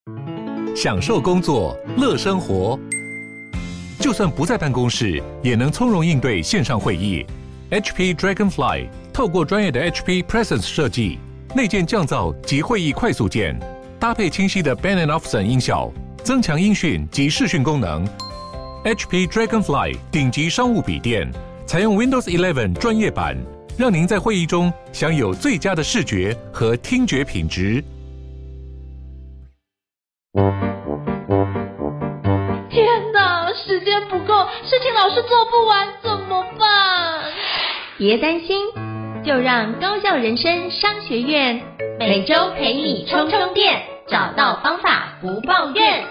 享受工作，乐生活。就算不在办公室，也能从容应对线上会议。HP Dragonfly 透过专业的 HP Presence 设计，内建降噪及会议快速键，搭配清晰的 Bang & Olufsen 音效，增强音讯及视讯功能。HP Dragonfly 顶级商务笔电，采用 Windows 11专业版，让您在会议中享有最佳的视觉和听觉品质。 天哪，时间不够，事情老是做不完，怎么办？ 别担心，就让高效人生商学院每周陪你充充电，找到方法不抱怨。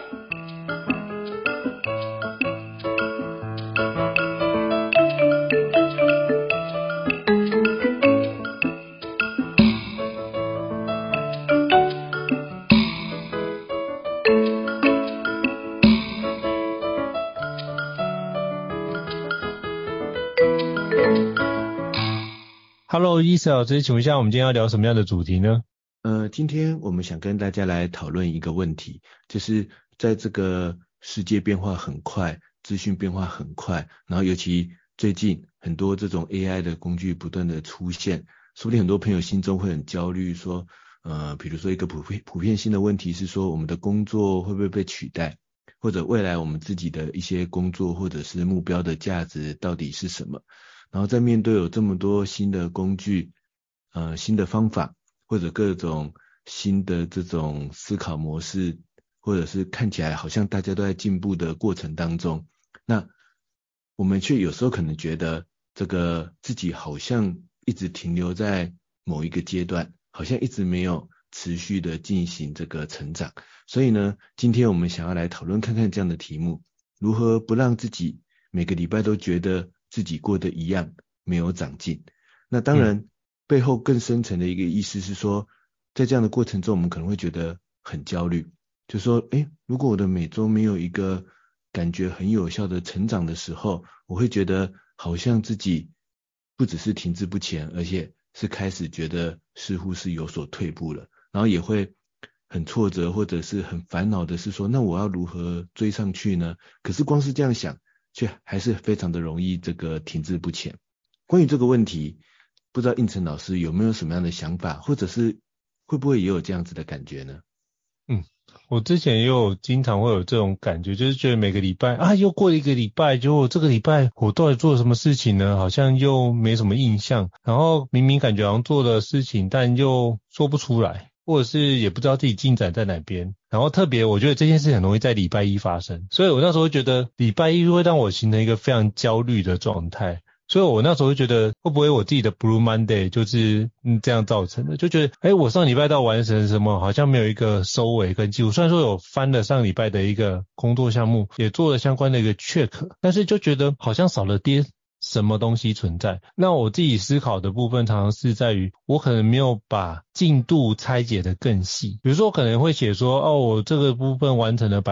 Hello， 伊斯老师，请问一下，我们今天要聊什么样的主题呢？ 今天我们想跟大家来讨论一个问题，就是在这个世界变化很快，资讯变化很快，然后尤其最近很多这种 AI 的工具不断的出现，说不定很多朋友心中会很焦虑，说比如说一个普遍性的问题是说，我们的工作会不会被取代，或者未来我们自己的一些工作或者是目标的价值到底是什么？然后在面对有这么多新的工具、新的方法，或者各种新的这种思考模式，或者是看起来好像大家都在进步的过程当中，那我们却有时候可能觉得这个自己好像一直停留在某一个阶段，好像一直没有持续的进行这个成长。所以呢，今天我们想要来讨论看看这样的题目，如何不让自己每个礼拜都觉得自己过得一样，没有长进。那当然背后更深层的一个意思是说，在这样的过程中我们可能会觉得很焦虑，就说如果我的每周没有一个感觉很有效的成长的时候，我会觉得好像自己不只是停滞不前，而且是开始觉得似乎是有所退步了，然后也会很挫折或者是很烦恼的是说，那我要如何追上去呢？可是光是这样想却还是非常的容易这个停滞不前。关于这个问题，不知道应成老师有没有什么样的想法，或者是会不会也有这样子的感觉呢？ 我之前也有经常会有这种感觉，就是觉得每个礼拜又过一个礼拜，结果这个礼拜我到底做了什么事情呢？好像又没什么印象，然后明明感觉好像做了事情，但又说不出来，或者是也不知道自己进展在哪边。然后特别我觉得这件事很容易在礼拜一发生，所以我那时候觉得礼拜一会让我形成一个非常焦虑的状态。所以我那时候就觉得会不会我自己的 Blue Monday 就是这样造成的，就觉得我上礼拜到完成什么好像没有一个收尾跟记录，虽然说有翻了上礼拜的一个工作项目，也做了相关的一个 check， 但是就觉得好像少了点什么东西存在。那我自己思考的部分常常是在于我可能没有把进度拆解的更细，比如说我可能会写说我这个部分完成了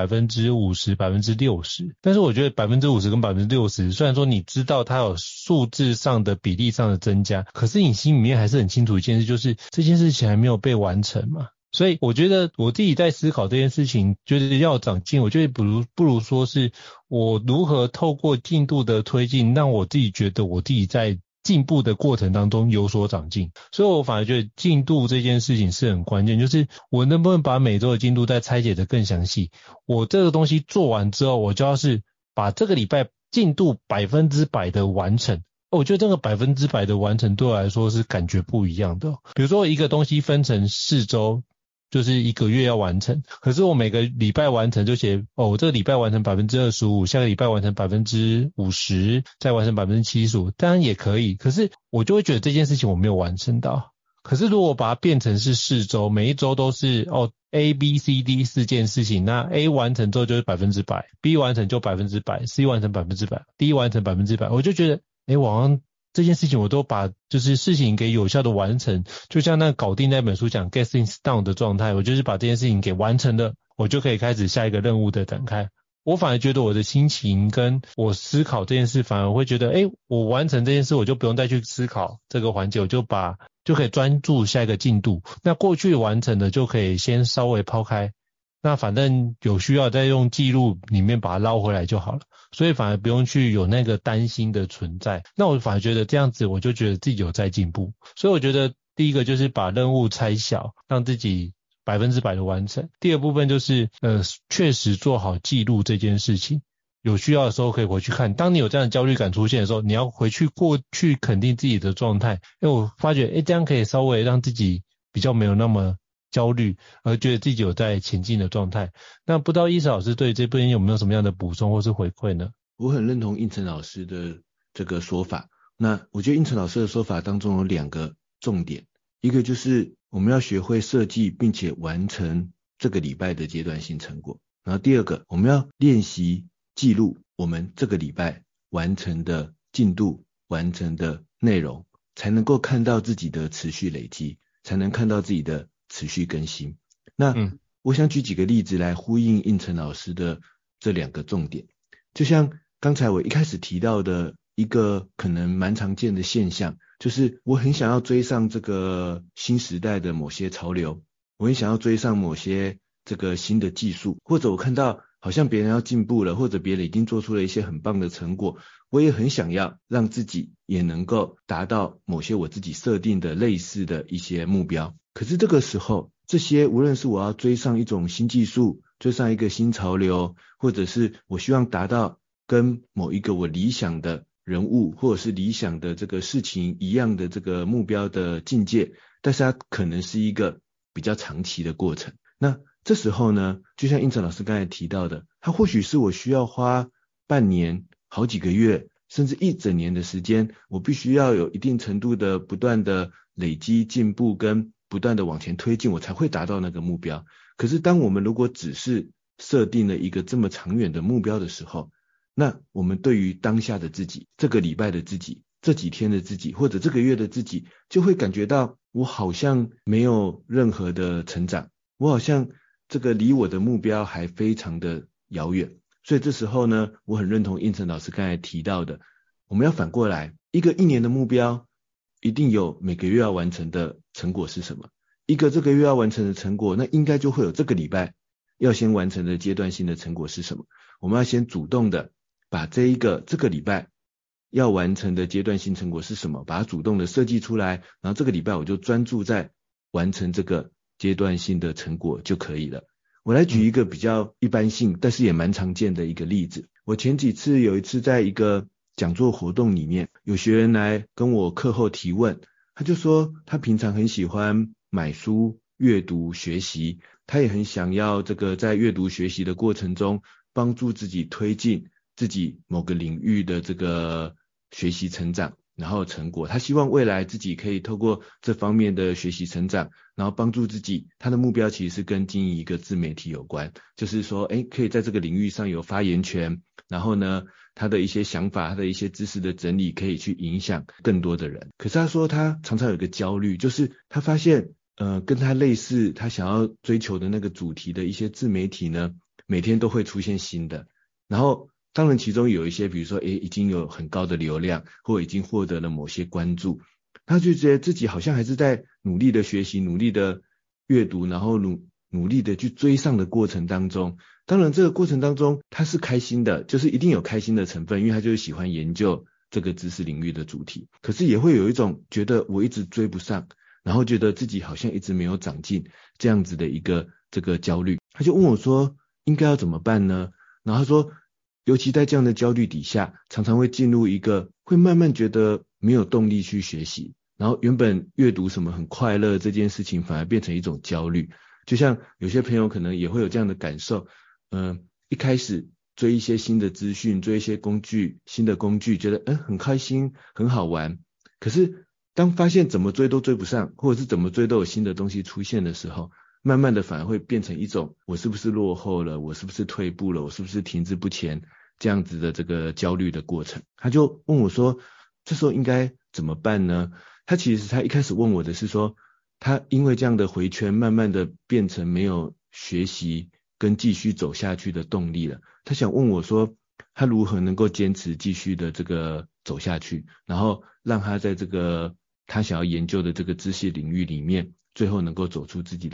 50%、60%， 但是我觉得 50% 跟 60%， 虽然说你知道它有数字上的比例上的增加，可是你心里面还是很清楚一件事，就是这件事情还没有被完成嘛。所以我觉得我自己在思考这件事情，觉得要长进，我觉得不如说是我如何透过进度的推进，让我自己觉得我自己在进步的过程当中有所长进。所以我反而觉得进度这件事情是很关键，就是我能不能把每周的进度再拆解得更详细，我这个东西做完之后，我就要是把这个礼拜进度100%的完成。我觉得这个100%的完成对我来说是感觉不一样的。比如说一个东西分成4周，就是1个月要完成，可是我每个礼拜完成就写我这个礼拜完成 25%， 下个礼拜完成 50%， 再完成 75%， 当然也可以，可是我就会觉得这件事情我没有完成到。可是如果把它变成是4周，每一周都是A B C D 4件事情，那 A 完成之后就是 100%， B 完成就 100%， C 完成 100%， D 完成 100%， 我就觉得我好像这件事情我都把就是事情给有效的完成，就像那搞定那本书讲 get things done 的状态，我就是把这件事情给完成了，我就可以开始下一个任务的展开。我反而觉得我的心情跟我思考这件事，反而会觉得我完成这件事我就不用再去思考这个环节，我就可以专注下一个进度。那过去完成的就可以先稍微抛开， 那反正有需要再用记录里面把它捞回来就好了，所以反而不用去有那个担心的存在。那我反而觉得这样子我就觉得自己有在进步，所以我觉得第一个就是把任务拆小，让自己100%的完成。第二部分就是确实做好记录这件事情，有需要的时候可以回去看。当你有这样的焦虑感出现的时候，你要回去过去肯定自己的状态，因为我发觉这样可以稍微让自己比较没有那么焦虑，而觉得自己有在前进的状态。那不知道伊晨老师对这边有没有什么样的补充或是回馈呢？ 我很认同应成老师的这个说法。那我觉得应成老师的说法当中有2个重点，一个就是我们要学会设计并且完成这个礼拜的阶段性成果，然后第二个我们要练习记录我们这个礼拜完成的进度、完成的内容，才能够看到自己的持续累积，才能看到自己的持续更新。那我想举几个例子来呼应应成老师的这2个重点。就像刚才我一开始提到的一个可能蛮常见的现象，就是我很想要追上这个新时代的某些潮流，我很想要追上某些这个新的技术，或者我看到好像别人要进步了，或者别人已经做出了一些很棒的成果，我也很想要让自己也能够达到某些我自己设定的类似的一些目标。可是这个时候，这些无论是我要追上一种新技术，追上一个新潮流，或者是我希望达到跟某一个我理想的人物或者是理想的这个事情一样的这个目标的境界，但是它可能是一个比较长期的过程。那这时候呢，就像应成老师刚才提到的，它或许是我需要花半年、好几个月，甚至1整年的时间，我必须要有一定程度的不断的累积进步跟不断的往前推进，我才会达到那个目标。可是当我们如果只是设定了一个这么长远的目标的时候，那我们对于当下的自己、这个礼拜的自己、这几天的自己或者这个月的自己，就会感觉到我好像没有任何的成长，我好像这个离我的目标还非常的遥远。所以这时候呢，我很认同应成老师刚才提到的，我们要反过来，一个1年的目标一定有每个月要完成的成果是什么，一个这个月要完成的成果，那应该就会有这个礼拜要先完成的阶段性的成果是什么。我们要先主动的把这个礼拜要完成的阶段性成果是什么，把它主动的设计出来，然后这个礼拜我就专注在完成这个阶段性的成果就可以了。我来举一个比较一般性但是也蛮常见的一个例子。我前几次有一次在一个讲座活动里面，有学员来跟我课后提问，他就说他平常很喜欢买书、阅读、学习，他也很想要这个在阅读学习的过程中帮助自己推进自己某个领域的这个学习成长，然后成果，他希望未来自己可以透过这方面的学习成长，然后帮助自己，他的目标其实是跟经营一个自媒体有关，就是说可以在这个领域上有发言权，然后呢他的一些想法，他的一些知识的整理可以去影响更多的人。可是他说他常常有一个焦虑，就是他发现跟他类似他想要追求的那个主题的一些自媒体呢，每天都会出现新的，然后当然其中有一些比如说已经有很高的流量，或已经获得了某些关注，他就觉得自己好像还是在努力的学习，努力的阅读，然后努力的去追上的过程当中，当然这个过程当中他是开心的，就是一定有开心的成分，因为他就是喜欢研究这个知识领域的主题，可是也会有一种觉得我一直追不上，然后觉得自己好像一直没有长进这样子的一个这个焦虑。他就问我说应该要怎么办呢？然后他说尤其在这样的焦虑底下，常常会进入一个会慢慢觉得没有动力去学习，然后原本阅读什么很快乐这件事情反而变成一种焦虑。就像有些朋友可能也会有这样的感受，一开始追一些新的资讯，追一些工具，新的工具，觉得很开心很好玩，可是当发现怎么追都追不上，或者是怎么追都有新的东西出现的时候，慢慢的反而会变成一种我是不是落后了，我是不是退步了，我是不是停滞不前这样子的这个焦虑的过程。他就问我说这时候应该怎么办呢？他一开始问我的是说，他因为这样的回圈慢慢的变成没有学习跟继续走下去的动力了，他想问我说他如何能够坚持继续的这个走下去，然后让他在这个他想要研究的这个知识领域里面最后能够走出自己的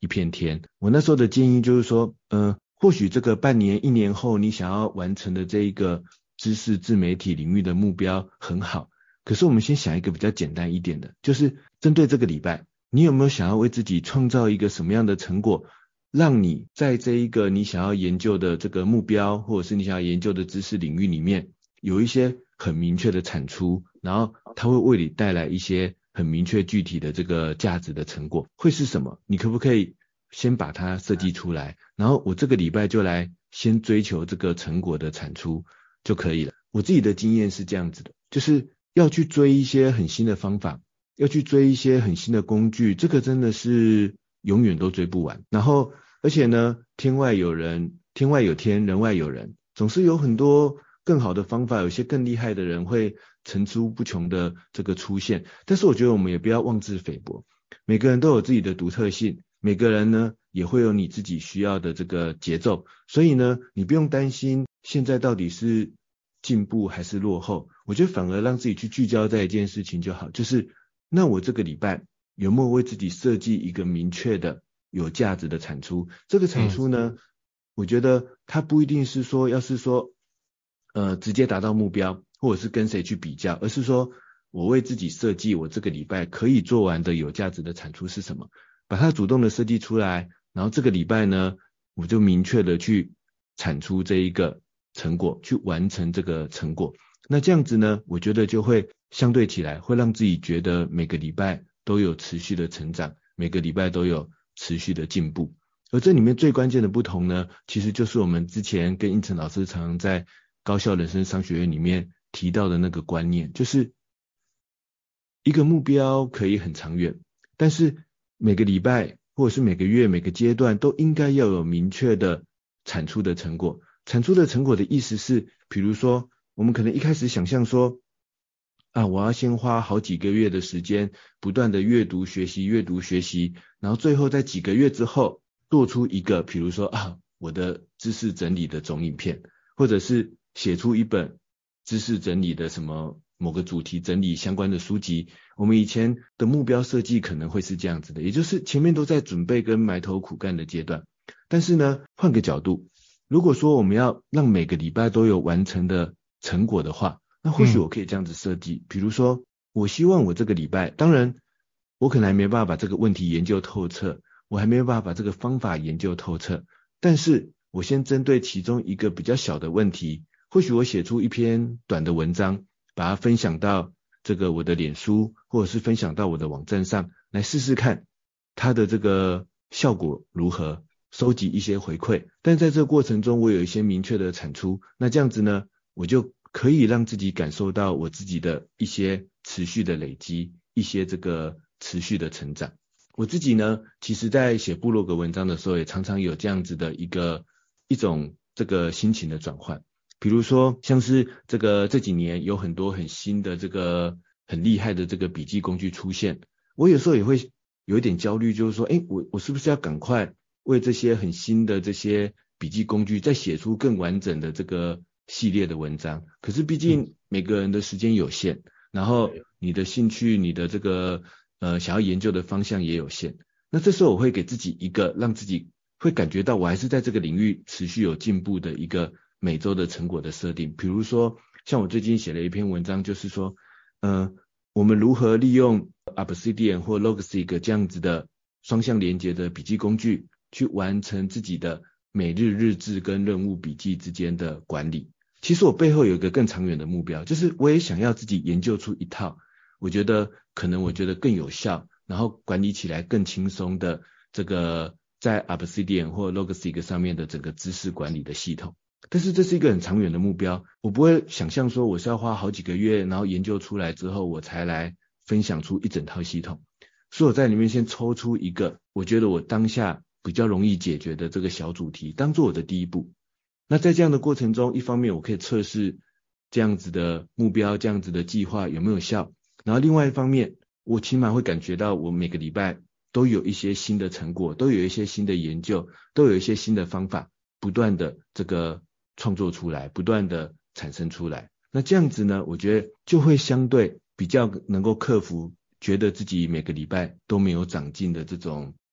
一片天。我那时候的建议就是说，或许这个半年、1年后你想要完成的这一个知识自媒体领域的目标很好，可是我们先想一个比较简单一点的，就是针对这个礼拜，你有没有想要为自己创造一个什么样的成果，让你在这一个你想要研究的这个目标，或者是你想要研究的知识领域里面，有一些很明确的产出，然后它会为你带来一些很明确具体的这个价值的成果，会是什么？你可不可以先把它设计出来，然后我这个礼拜就来先追求这个成果的产出就可以了。我自己的经验是这样子的，就是要去追一些很新的方法，要去追一些很新的工具，这个真的是永远都追不完。然后而且呢，天外有天，人外有人，总是有很多更好的方法，有些更厉害的人会层出不穷的这个出现。但是我觉得我们也不要妄自菲薄，每个人都有自己的独特性，每个人呢也会有你自己需要的这个节奏，所以呢你不用担心现在到底是进步还是落后，我觉得反而让自己去聚焦在一件事情就好，就是那我这个礼拜有没有为自己设计一个明确的有价值的产出。这个产出呢，我觉得它不一定是说要是说直接达到目标，或者是跟谁去比较，而是说我为自己设计我这个礼拜可以做完的有价值的产出是什么，把它主动的设计出来，然后这个礼拜呢我就明确的去产出这一个成果，去完成这个成果。那这样子呢，我觉得就会相对起来会让自己觉得每个礼拜都有持续的成长，每个礼拜都有持续的进步。而这里面最关键的不同呢，其实就是我们之前跟应成老师常常在高效人生商学院里面提到的那个观念，就是一个目标可以很长远，但是每个礼拜或者是每个月每个阶段都应该要有明确的产出的成果。产出的成果的意思是，比如说我们可能一开始想象说我要先花好几个月的时间不断的阅读学习，然后最后在几个月之后做出一个比如说我的知识整理的总影片，或者是写出一本知识整理的什么某个主题整理相关的书籍。我们以前的目标设计可能会是这样子的，也就是前面都在准备跟埋头苦干的阶段。但是呢，换个角度，如果说我们要让每个礼拜都有完成的成果的话，那或许我可以这样子设计，比如说我希望我这个礼拜，当然我可能还没办法把这个问题研究透彻，我还没有办法把这个方法研究透彻，但是我先针对其中一个比较小的问题，或许我写出一篇短的文章，把它分享到这个我的脸书，或者是分享到我的网站上来试试看它的这个效果如何，收集一些回馈。但在这个过程中我有一些明确的产出，那这样子呢，我就可以让自己感受到我自己的一些持续的累积，一些这个持续的成长。我自己呢，其实在写部落格文章的时候也常常有这样子的一种这个心情的转换。比如说像是这几年有很多很新的这个很厉害的这个笔记工具出现，我有时候也会有一点焦虑，就是说我是不是要赶快为这些很新的这些笔记工具再写出更完整的这个系列的文章。可是毕竟每个人的时间有限，然后你的兴趣，你的这个想要研究的方向也有限，那这时候我会给自己一个让自己会感觉到我还是在这个领域持续有进步的一个每周的成果的设定。比如说像我最近写了一篇文章，就是说我们如何利用 Obsidian 或 Logseq 这样子的双向连结的笔记工具去完成自己的每日日志跟任务笔记之间的管理。其实我背后有一个更长远的目标，就是我也想要自己研究出一套我觉得更有效，然后管理起来更轻松的这个在 Obsidian 或 Logseq 上面的整个知识管理的系统。但是这是一个很长远的目标，我不会想象说我是要花好几个月，然后研究出来之后我才来分享出一整套系统。所以我在里面先抽出一个我觉得我当下比较容易解决的这个小主题，当做我的第一步。那在这样的过程中，一方面我可以测试这样子的目标，这样子的计划有没有效，然后另外一方面我起码会感觉到我每个礼拜都有一些新的成果，都有一些新的研究，都有一些新的方法不断的这个创作出来，不断的产生出来。那这样子呢，我觉得就会相对比较能够克服觉得自己每个礼拜都没有长进的这种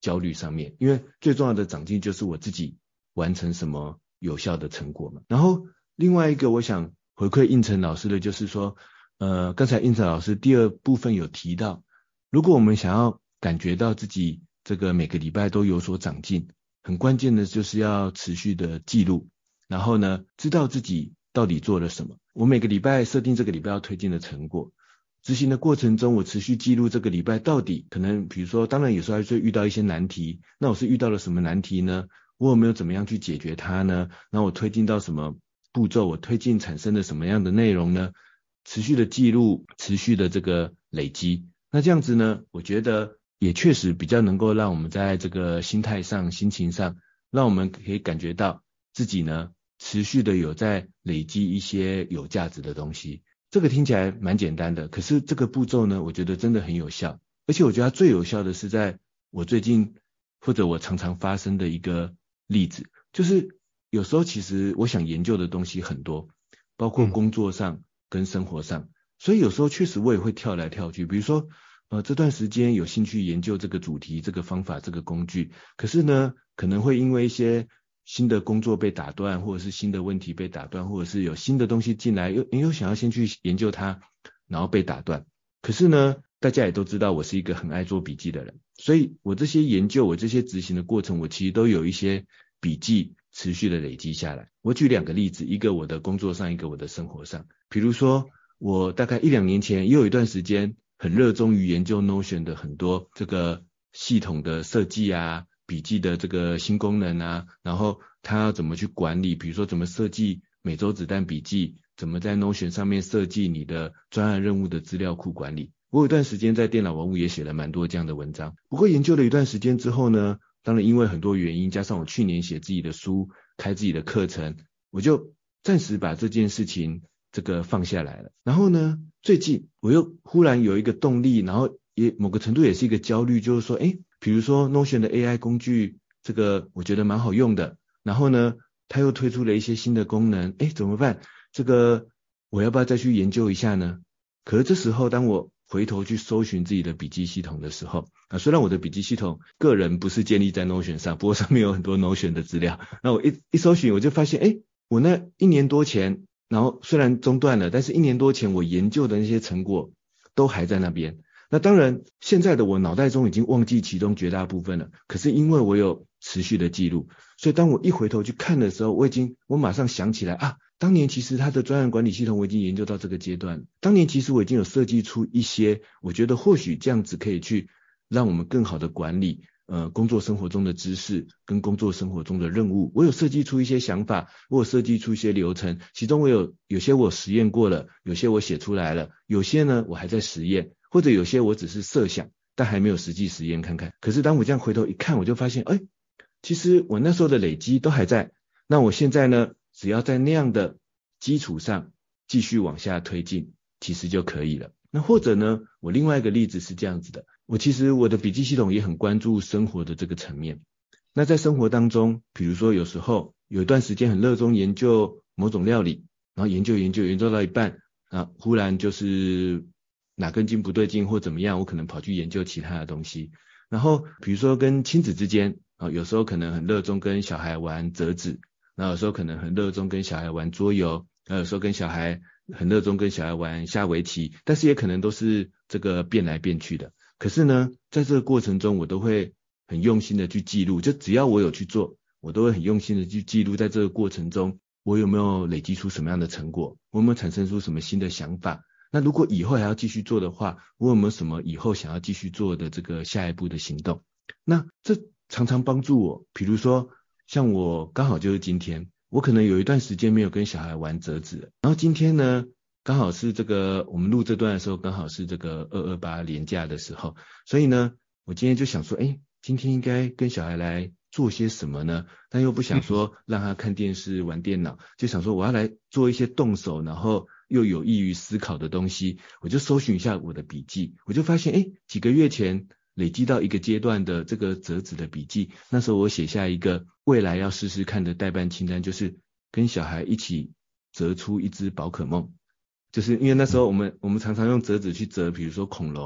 焦虑上面，因为最重要的长进就是我自己完成什么有效的成果嘛。然后另外一个我想回馈应成老师的就是说，刚才应成老师第二部分有提到，如果我们想要感觉到自己这个每个礼拜都有所长进，很关键的就是要持续的记录，然后呢，知道自己到底做了什么。我每个礼拜设定这个礼拜要推进的成果，执行的过程中我持续记录这个礼拜到底可能比如说当然有时候还是会遇到一些难题，那我是遇到了什么难题呢？我有没有怎么样去解决它呢？然后我推进到什么步骤，我推进产生了什么样的内容呢？持续的记录，持续的这个累积，那这样子呢，我觉得也确实比较能够让我们在这个心态上、心情上，让我们可以感觉到自己呢持续的有在累积一些有价值的东西。这个听起来蛮简单的，可是这个步骤呢，我觉得真的很有效，而且我觉得它最有效的是在我最近或者我常常发生的一个例子，就是有时候其实我想研究的东西很多，包括工作上跟生活上，所以有时候确实我也会跳来跳去，比如说这段时间有兴趣研究这个主题、这个方法、这个工具，可是呢可能会因为一些新的工作被打断，或者是新的问题被打断，或者是有新的东西进来，又想要先去研究它，然后被打断。可是呢，大家也都知道我是一个很爱做笔记的人，所以我这些研究，我这些执行的过程，我其实都有一些笔记持续的累积下来。我举2个例子，一个我的工作上，一个我的生活上。比如说，我大概1-2年前也有一段时间很热衷于研究 Notion 的很多这个系统的设计啊，笔记的这个新功能啊，然后它要怎么去管理，比如说怎么设计每周子弹笔记，怎么在 Notion 上面设计你的专案任务的资料库管理。我有一段时间在电脑文物也写了蛮多这样的文章，不过研究了一段时间之后呢，当然因为很多原因，加上我去年写自己的书，开自己的课程，我就暂时把这件事情这个放下来了。然后呢，最近我又忽然有一个动力，然后也某个程度也是一个焦虑，就是说比如说 Notion 的 AI 工具，这个我觉得蛮好用的，然后呢它又推出了一些新的功能，怎么办？这个我要不要再去研究一下呢？可是这时候当我回头去搜寻自己的笔记系统的时候，虽然我的笔记系统个人不是建立在 Notion 上，不过上面有很多 Notion 的资料，那我一搜寻我就发现我那1年多前，然后虽然中断了，但是1年多前我研究的那些成果都还在那边。那当然现在的我脑袋中已经忘记其中绝大部分了，可是因为我有持续的记录，所以当我一回头去看的时候，我马上想起来当年其实它的专案管理系统我已经研究到这个阶段，当年其实我已经有设计出一些我觉得或许这样子可以去让我们更好的管理工作生活中的知识跟工作生活中的任务，我有设计出一些想法，我有设计出一些流程，其中有些我实验过了，有些我写出来了，有些呢我还在实验，或者有些我只是设想但还没有实际实验看看。可是当我这样回头一看，我就发现其实我那时候的累积都还在，那我现在呢只要在那样的基础上继续往下推进，其实就可以了。那或者呢，我另外一个例子是这样子的，其实我的笔记系统也很关注生活的这个层面。那在生活当中，比如说有时候有一段时间很热衷研究某种料理，然后研究到一半忽然就是哪根筋不对劲或怎么样，我可能跑去研究其他的东西。然后比如说跟亲子之间有时候可能很热衷跟小孩玩折纸，然后有时候可能很热衷跟小孩玩桌游，有时候跟小孩很热衷跟小孩玩下围棋，但是也可能都是这个变来变去的。可是呢，在这个过程中我都会很用心的去记录，就只要我有去做，我都会很用心的去记录在这个过程中我有没有累积出什么样的成果，我有没有产生出什么新的想法。那如果以后还要继续做的话，我有没有什么以后想要继续做的这个下一步的行动。那这常常帮助我，比如说像我刚好就是今天，我可能有一段时间没有跟小孩玩折纸了，然后今天呢刚好是这个我们录这段的时候刚好是这个228连假的时候，所以呢我今天就想说今天应该跟小孩来做些什么呢？但又不想说让他看电视玩电脑，就想说我要来做一些动手然后又有益于思考的东西。我就搜寻一下我的笔记，我就发现几个月前累积到一个阶段的这个折纸的笔记，那时候我写下一个未来要试试看的待办清单，就是跟小孩一起折出一只宝可梦。就是因为那时候我们常常用折纸去折比如说恐龙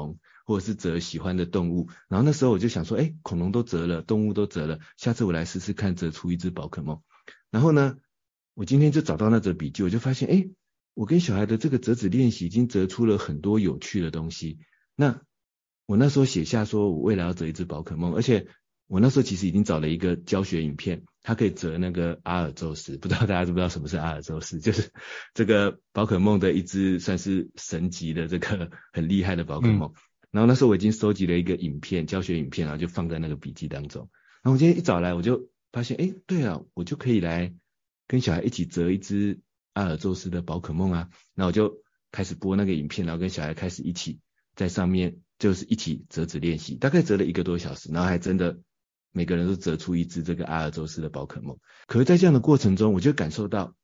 或者是折喜欢的动物。然后那时候我就想说，恐龙都折了，动物都折了，下次我来试试看折出一只宝可梦。然后呢，我今天就找到那则笔记，我就发现，我跟小孩的这个折纸练习已经折出了很多有趣的东西。那我那时候写下说我未来要折一只宝可梦，而且我那时候其实已经找了一个教学影片，它可以折那个阿尔宙斯，不知道大家知不知道什么是阿尔宙斯，就是这个宝可梦的一只算是神级的这个很厉害的宝可梦。然后那时候我已经收集了一个影片，教学影片，然后就放在那个笔记当中。然后我今天一早来我就发现，对啊，我就可以来跟小孩一起折一只阿尔宙斯的宝可梦啊。然后我就开始播那个影片，然后跟小孩开始一起在上面就是一起折纸练习，大概折了1个多小时，然后还真的每个人都折出一只这个阿尔宙斯的宝可梦。可是在这样的过程中，我就感受到，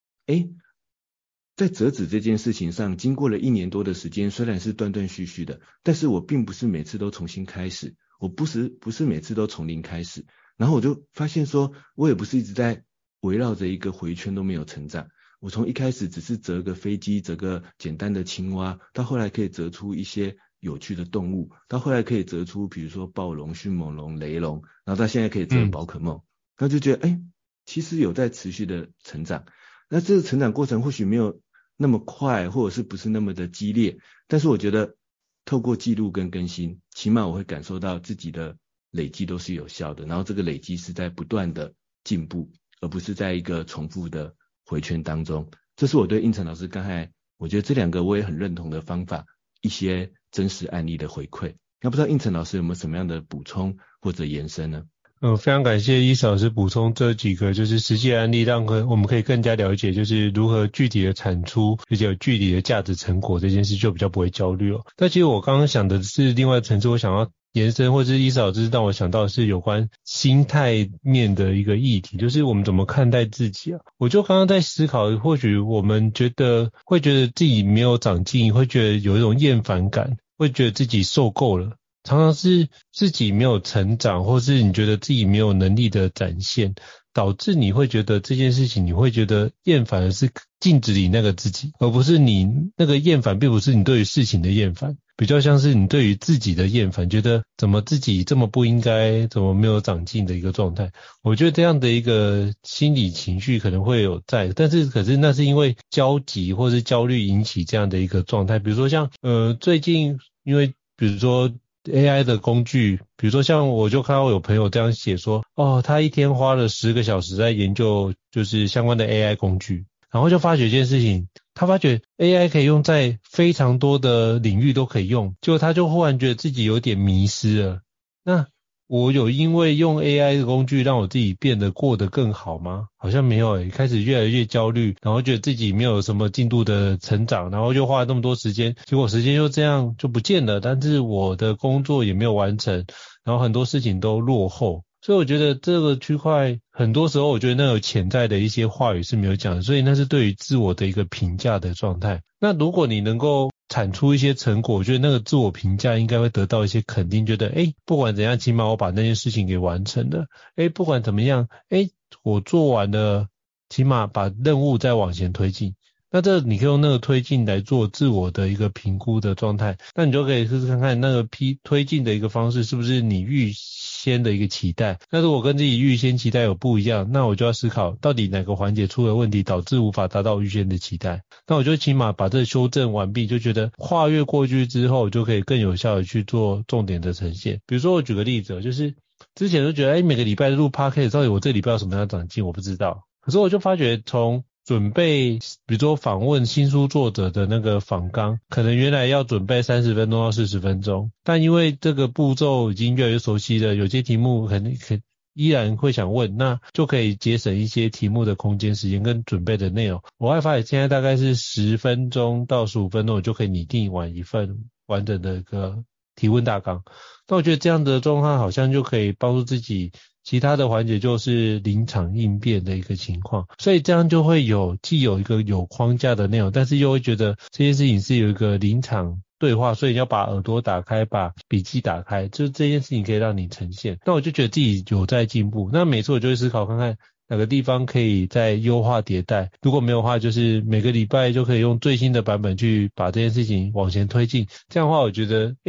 在折纸这件事情上，经过了1年多的时间，虽然是断断续续的，但是我并不是每次都重新开始，我不是每次都从零开始。然后我就发现说，我也不是一直在围绕着一个回圈都没有成长。我从一开始只是折个飞机，折个简单的青蛙，到后来可以折出一些有趣的动物，到后来可以折出比如说暴龙、迅猛龙、雷龙，然后到现在可以折宝可梦。然后就觉得其实有在持续的成长。那这个成长过程或许没有那么快，或者是不是那么的激烈，但是我觉得透过记录跟更新，起码我会感受到自己的累积都是有效的，然后这个累积是在不断的进步，而不是在一个重复的回圈当中。这是我对胤丞老师刚才我觉得这2个我也很认同的方法一些真实案例的回馈。那不知道胤丞老师有没有什么样的补充或者延伸呢？ 非常感谢伊老师补充这几个就是实际案例，让我们可以更加了解就是如何具体的产出，而且有具体的价值成果这件事，就比较不会焦虑。但其实我刚刚想的是另外层次，我想要延伸，或者是伊老师让我想到的是有关心态面的一个议题，就是我们怎么看待自己啊。我就刚刚在思考，或许我们会觉得自己没有长进，会觉得有一种厌烦感，会觉得自己受够了，常常是自己没有成长，或是你觉得自己没有能力的展现，导致你会觉得这件事情，你会觉得厌烦的是镜子里那个自己，而不是你那个厌烦并不是你对于事情的厌烦，比较像是你对于自己的厌烦，觉得怎么自己这么不应该，怎么没有长进的一个状态。我觉得这样的一个心理情绪可能会有在，可是那是因为焦急或是焦虑引起这样的一个状态。比如说像最近因为比如说AI 的工具，比如说像我就看到有朋友这样写说，他一天花了10个小时在研究就是相关的 AI 工具，然后就发觉一件事情，他发觉 AI 可以用在非常多的领域都可以用，结果他就忽然觉得自己有点迷失了。那我有因为用 AI 的工具让我自己变得过得更好吗？好像没有开始越来越焦虑，然后觉得自己没有什么进度的成长，然后就花了那么多时间，结果时间就这样就不见了，但是我的工作也没有完成，然后很多事情都落后。所以我觉得这个区块很多时候我觉得那有潜在的一些话语是没有讲的，所以那是对于自我的一个评价的状态。那如果你能够产出一些成果，我觉得那个自我评价应该会得到一些肯定，觉得不管怎样起码我把那件事情给完成了，不管怎么样我做完了，起码把任务再往前推进。那这你可以用那个推进来做自我的一个评估的状态，那你就可以试试看看那个推进的一个方式是不是你预先的一个期待。那如果跟自己预先期待有不一样，那我就要思考到底哪个环节出了问题导致无法达到预先的期待，那我就起码把这修正完毕，就觉得跨越过去之后就可以更有效的去做重点的呈现。比如说我举个例子，就是之前就觉得每个礼拜录 podcast 到底我这礼拜有什么样的长进我不知道，可是我就发觉从准备比如说访问新书作者的那个访纲，可能原来要准备30分钟到40分钟，但因为这个步骤已经越来越熟悉了，有些题目依然会想问，那就可以节省一些题目的空间时间跟准备的内容。我会发现现在大概是10分钟到15分钟我就可以拟定完一份完整的一个提问大纲。那我觉得这样的状况好像就可以帮助自己，其他的环节就是临场应变的一个情况，所以这样就会既有一个有框架的内容，但是又会觉得这件事情是有一个临场对话，所以你要把耳朵打开，把笔记打开，就是这件事情可以让你呈现。那我就觉得自己有在进步，那每次我就会思考看看哪个地方可以再优化迭代，如果没有的话就是每个礼拜就可以用最新的版本去把这件事情往前推进。这样的话我觉得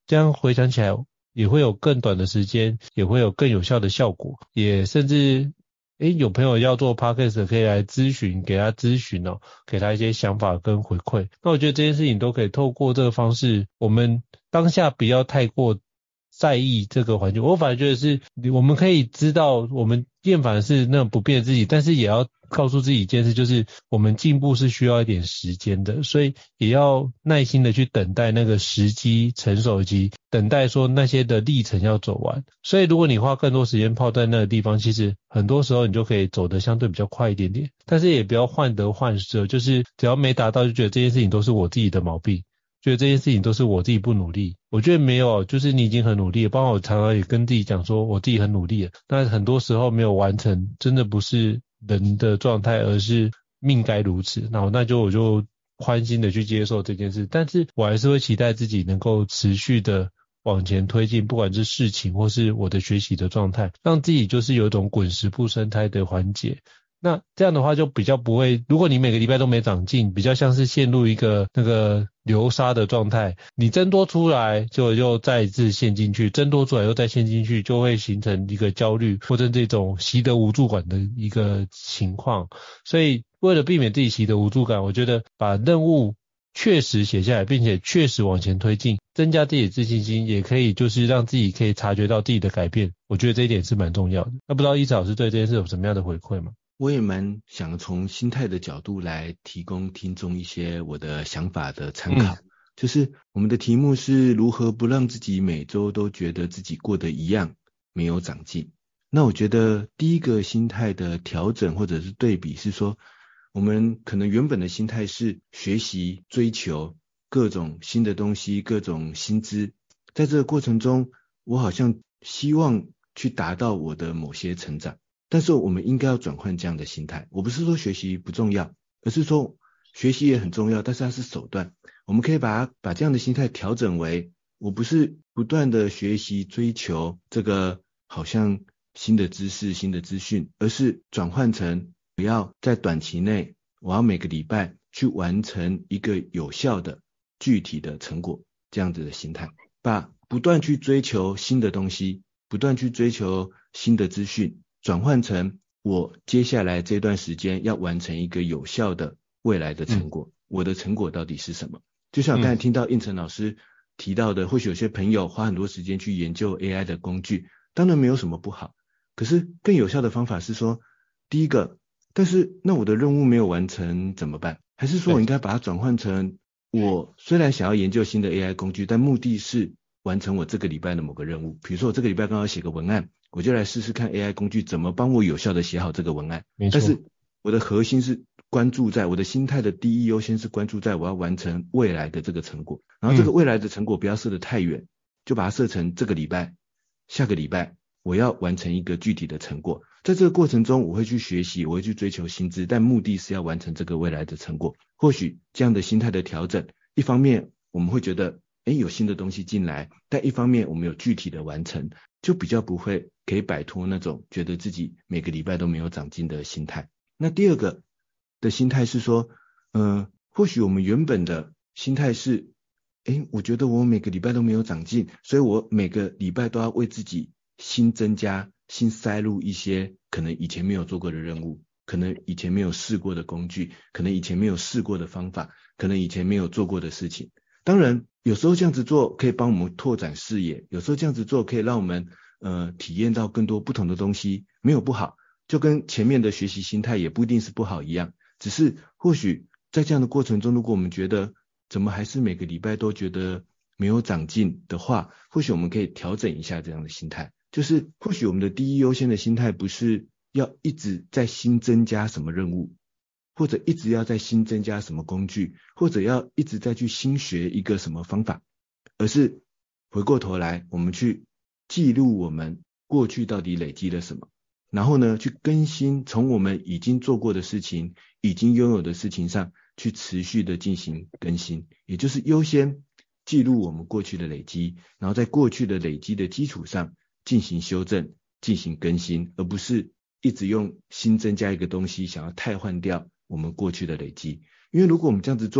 这样回想起来也会有更短的时间，也会有更有效的效果，也甚至有朋友要做 podcast 可以来咨询，给他咨询给他一些想法跟回馈。那我觉得这件事情都可以透过这个方式，我们当下不要太过在意这个环境。我反而觉得是我们可以知道我们厌烦的是那种不变的自己，但是也要告诉自己一件事，就是我们进步是需要一点时间的，所以也要耐心的去等待那个时机成熟，以及等待说那些的历程要走完。所以如果你花更多时间泡在那个地方，其实很多时候你就可以走得相对比较快一点点，但是也不要患得患失，就是只要没达到就觉得这件事情都是我自己的毛病，觉得这件事情都是我自己不努力。我觉得没有，就是你已经很努力了，包括我常常也跟自己讲说我自己很努力了，但很多时候没有完成，真的不是人的状态，而是命该如此。我就宽心的去接受这件事，但是我还是会期待自己能够持续的往前推进，不管是事情或是我的学习的状态，让自己就是有一种滚石不生胎的环节。那这样的话就比较不会，如果你每个礼拜都没长进，比较像是陷入一个那个流沙的状态，你增多出来就再一次陷进去，增多出来又再陷进去，就会形成一个焦虑或者这种习得无助感的一个情况。所以为了避免自己习得无助感，我觉得把任务确实写下来，并且确实往前推进，增加自己的自信心，也可以就是让自己可以察觉到自己的改变，我觉得这一点是蛮重要的。那不知道一慈老师对这件事有什么样的回馈吗？ 我也蛮想从心态的角度来提供听众一些我的想法的参考，就是我们的题目是如何不让自己每周都觉得自己过得一样，没有长进。那我觉得第一个心态的调整或者是对比是说，我们可能原本的心态是学习追求各种新的东西，各种新知，在这个过程中我好像希望去达到我的某些成长，但是我们应该要转换这样的心态。我不是说学习不重要，而是说学习也很重要，但是它是手段。我们可以把这样的心态调整为，我不是不断的学习追求这个好像新的知识新的资讯，而是转换成我要在短期内，我要每个礼拜去完成一个有效的具体的成果，这样子的心态，把不断去追求新的东西，不断去追求新的资讯，转换成我接下来这段时间要完成一个有效的未来的成果，我的成果到底是什么？就像我刚才听到应成老师提到的，或许有些朋友花很多时间去研究 AI 的工具，当然没有什么不好，可是更有效的方法是说，第一个，但是那我的任务没有完成怎么办？还是说我应该把它转换成，我虽然想要研究新的 AI 工具，但目的是完成我这个礼拜的某个任务。比如说我这个礼拜刚好写个文案，我就来试试看 AI 工具怎么帮我有效的写好这个文案。但是我的核心是关注在我的心态的第一优先是关注在我要完成未来的这个成果，然后这个未来的成果不要设得太远，就把它设成这个礼拜、下个礼拜我要完成一个具体的成果。在这个过程中我会去学习，我会去追求新知，但目的是要完成这个未来的成果。或许这样的心态的调整，一方面我们会觉得有新的东西进来，但一方面我们有具体的完成，就比较不会可以摆脱那种觉得自己每个礼拜都没有长进的心态。那第二个的心态是说，或许我们原本的心态是，我觉得我每个礼拜都没有长进，所以我每个礼拜都要为自己新增加、新塞入一些可能以前没有做过的任务，可能以前没有试过的工具，可能以前没有试过的方法，可能以前没有做过的事情。当然有时候这样子做可以帮我们拓展视野，有时候这样子做可以让我们体验到更多不同的东西，没有不好，就跟前面的学习心态也不一定是不好一样，只是或许在这样的过程中，如果我们觉得怎么还是每个礼拜都觉得没有长进的话，或许我们可以调整一下这样的心态，就是或许我们的第一优先的心态不是要一直在新增加什么任务，或者一直要在新增加什么工具，或者要一直再去新学一个什么方法，而是回过头来我们去记录我们过去到底累积了什么，然后呢去更新，从我们已经做过的事情、已经拥有的事情上去持续的进行更新，也就是优先记录我们过去的累积，然后在过去的累积的基础上进行修正、进行更新，而不是一直用新增加一个东西想要替换掉我们过去的累积。因为如果我们这样子做，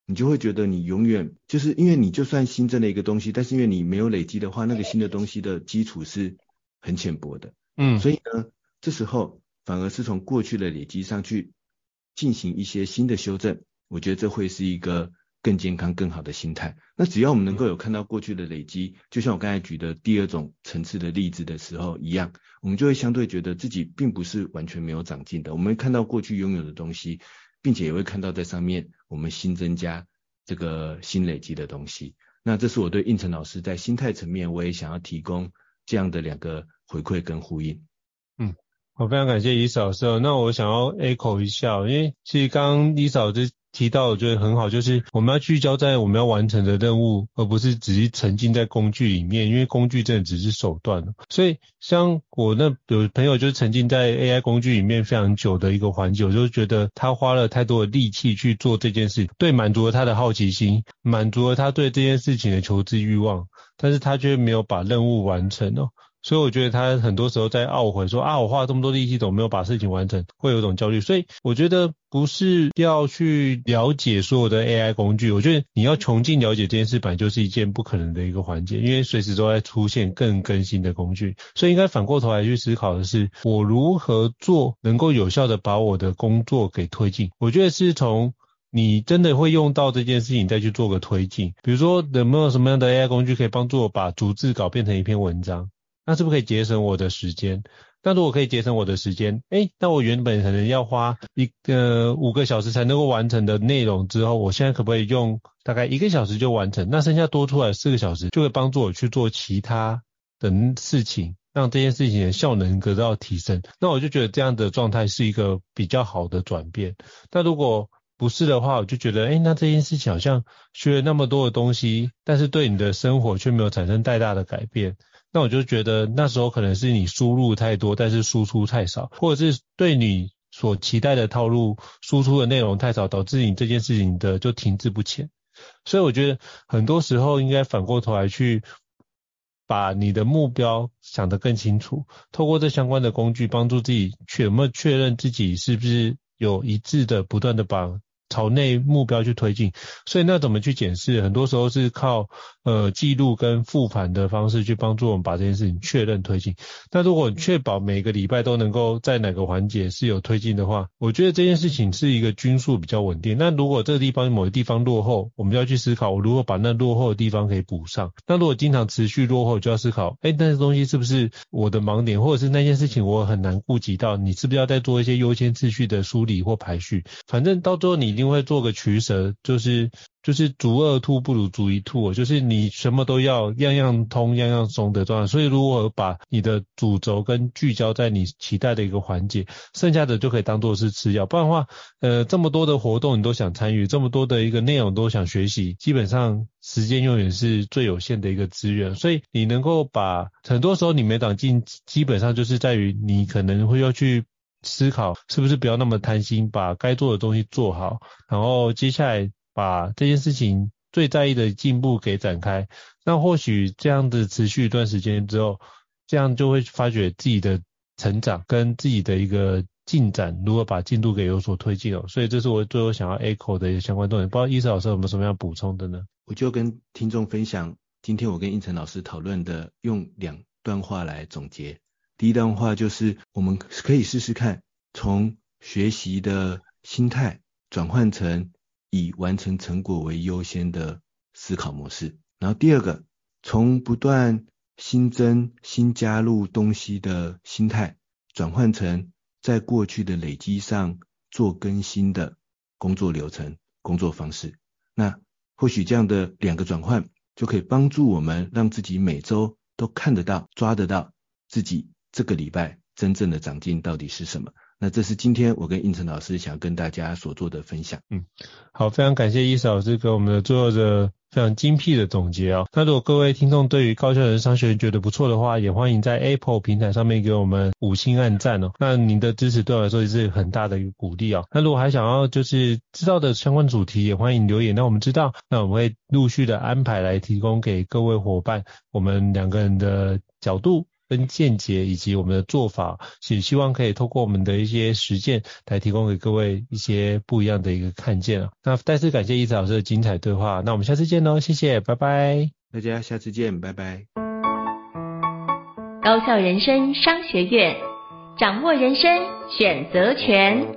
你就会觉得你永远就是因为你就算新增了一个东西，但是因为你没有累积的话，那个新的东西的基础是很浅薄的。所以呢，这时候反而是从过去的累积上去进行一些新的修正，我觉得这会是一个更健康更好的心态。那只要我们能够有看到过去的累积，就像我刚才举的第二种层次的例子的时候一样，我们就会相对觉得自己并不是完全没有长进的。我们会看到过去拥有的东西，并且也会看到在上面我们新增加这个新累积的东西。那这是我对胤丞老师在心态层面我也想要提供这样的两个回馈跟呼应。 我非常感谢伊嫂老师。那我想要 echo 一下，因为其实刚刚伊嫂老师提到我觉得很好，就是我们要聚焦在我们要完成的任务，而不是只是沉浸在工具里面，因为工具真的只是手段。所以像我那有朋友就是沉浸在 AI 工具里面非常久的一个环节，我就觉得他花了太多的力气去做这件事，对，满足了他的好奇心，满足了他对这件事情的求知欲望，但是他却没有把任务完成所以我觉得他很多时候在懊悔说我花了这么多力气怎么没有把事情完成，会有一种焦虑。所以我觉得不是要去了解所有的 AI 工具，我觉得你要穷尽了解这件事本来就是一件不可能的一个环节，因为随时都在出现更新的工具。所以应该反过头来去思考的是，我如何做能够有效的把我的工作给推进。我觉得是从你真的会用到这件事情再去做个推进。比如说有没有什么样的 AI 工具可以帮助我把逐字稿变成一篇文章，那是不是可以节省我的时间？那如果可以节省我的时间，那我原本可能要花5个小时才能够完成的内容之后，我现在可不可以用大概1个小时就完成？那剩下多出来4个小时就会帮助我去做其他的事情，让这件事情的效能得到提升。那我就觉得这样的状态是一个比较好的转变。那如果不是的话，我就觉得那这件事情好像学了那么多的东西，但是对你的生活却没有产生太大的改变。那我就觉得那时候可能是你输入太多，但是输出太少，或者是对你所期待的套路输出的内容太少，导致你这件事情的就停滞不前。所以我觉得很多时候应该反过头来去把你的目标想得更清楚，透过这相关的工具帮助自己有没有确认自己是不是有一致的不断的把朝内目标去推进。所以那怎么去检视，很多时候是靠记录跟复盘的方式去帮助我们把这件事情确认推进。那如果确保每个礼拜都能够在哪个环节是有推进的话，我觉得这件事情是一个均数比较稳定。那如果这个地方某个地方落后，我们就要去思考我如何把那落后的地方可以补上。那如果经常持续落后，就要思考那些东西是不是我的盲点，或者是那件事情我很难顾及到，你是不是要再做一些优先次序的梳理或排序。反正到最后你一定会做个取舍，就是逐二兔不如逐一兔，就是你什么都要，样样通样样松的状态。所以如何把你的主轴跟聚焦在你期待的一个环节，剩下的就可以当做是次要。不然的话这么多的活动你都想参与，这么多的一个内容都想学习，基本上时间永远是最有限的一个资源。所以你能够把很多时候你没长进，基本上就是在于你可能会要去思考是不是不要那么贪心，把该做的东西做好，然后接下来把这件事情最在意的进步给展开。那或许这样子持续一段时间之后，这样就会发觉自己的成长跟自己的一个进展，如何把进度给有所推进所以这是我最后想要 echo 的相关重点。不知道伊瑟老师有没有什么样补充的呢？ 我就跟听众分享今天我跟胤丞老师讨论的，用2段话来总结。第一段话就是我们可以试试看从学习的心态转换成以完成成果为优先的思考模式。然后第二个，从不断新增新加入东西的心态转换成在过去的累积上做更新的工作流程工作方式。那或许这样的2个转换就可以帮助我们让自己每周都看得到抓得到自己这个礼拜真正的长进到底是什么。那这是今天我跟胤丞老师想跟大家所做的分享。 好，非常感谢伊瑟老师给我们的最后的非常精辟的总结那如果各位听众对于高效人商学院觉得不错的话，也欢迎在 Apple 平台上面给我们5星按赞那您的支持对我来说也是很大的一个鼓励那如果还想要就是知道的相关主题，也欢迎留言让我们知道，那我们会陆续的安排来提供给各位伙伴我们2个人的角度跟见解以及我们的做法，也希望可以透过我们的一些实践来提供给各位一些不一样的一个看见啊。那再次感谢一慈老师的精彩对话，那我们下次见咯，谢谢，拜拜。 大家下次见，拜拜。 高效人生商学院，掌握人生选择权。